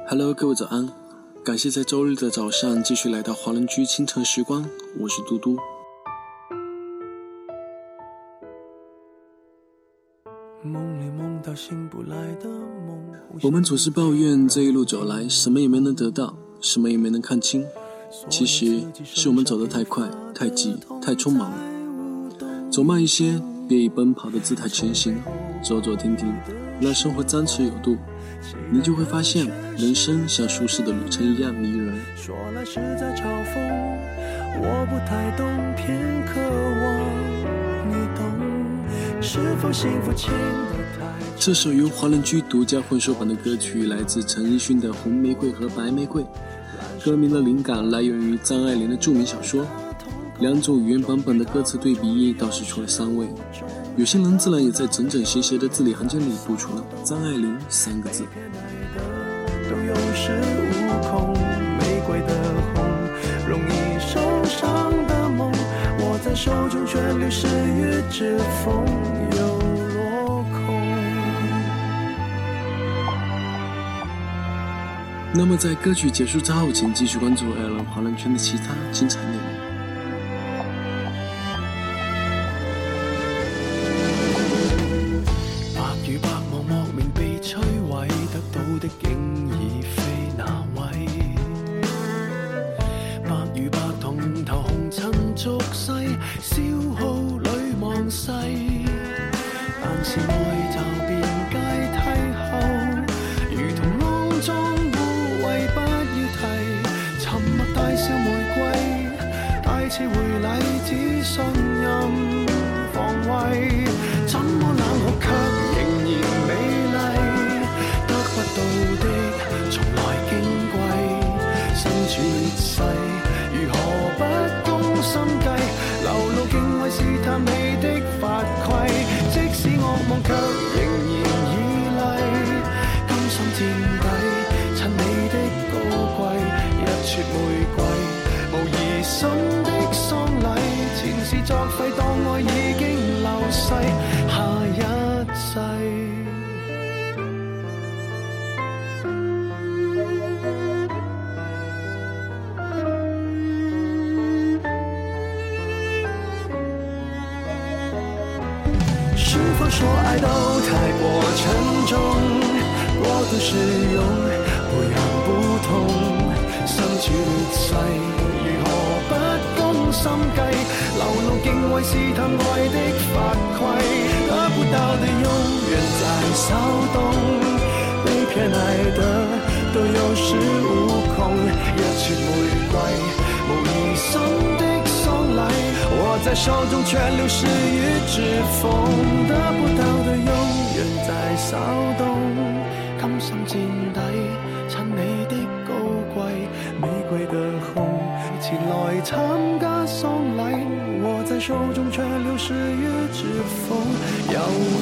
Hello， 各位早安！感谢在周日的早上继续来到华人居清晨时光，我是嘟嘟。我们总是抱怨这一路走来什么也没能得到，什么也没能看清，其实是我们走得太快、太急、太匆忙。走慢一些，别以奔跑的姿态前行，走走停停，让生活张弛有度，你就会发现人生像舒适的旅程一样迷人。 说来是在嘲讽，我不太懂，偏渴望你懂，是否幸福轻得太。 这首由华人居独家混收版的歌曲来自陈奕迅的《红玫瑰》和《白玫瑰》，歌名的灵感来源于张爱玲的著名小说，两种原版本的歌词对比倒是出了3位，有些人自然也在整整齐齐的字里行间里读出了张爱玲3个字。 都有恃无恐，玫瑰的红，容易受伤的梦，握在手中却流失于指缝，又落空。 那么在歌曲结束之后，请继续关注爱尔兰华人圈的其他精彩内容。 的竟已非那位，白如白同頭紅塵俗世，消耗裏忘世，但是愛就變階梯後，如同骯髒污穢不要提，沉默大笑玫瑰，大次回禮只信任防衛，怎麼冷酷卻仍然美麗，到的從來矜貴，身處劣勢，如何不攻心計，流露敬畏試探你的法規，即使惡夢卻仍然依賴，甘心墊底，襯你的高貴，一撮玫瑰，無疑心的喪禮，前事作廢，當愛已經流逝，下一世。是否说愛都太過沉重，過度使用，不癢不痛，身處劣勢，如何不攻心計，流露敬畏試探愛的法規，得不到的永遠在騷動，被偏愛的都有恃無恐，一撮玫瑰，無疑心的喪禮，握在手中卻流失於指縫，得不到的永遠在騷動，甘心墊底，襯你的高貴，玫瑰的紅，前來參加喪禮，握在手中卻流失於指縫，有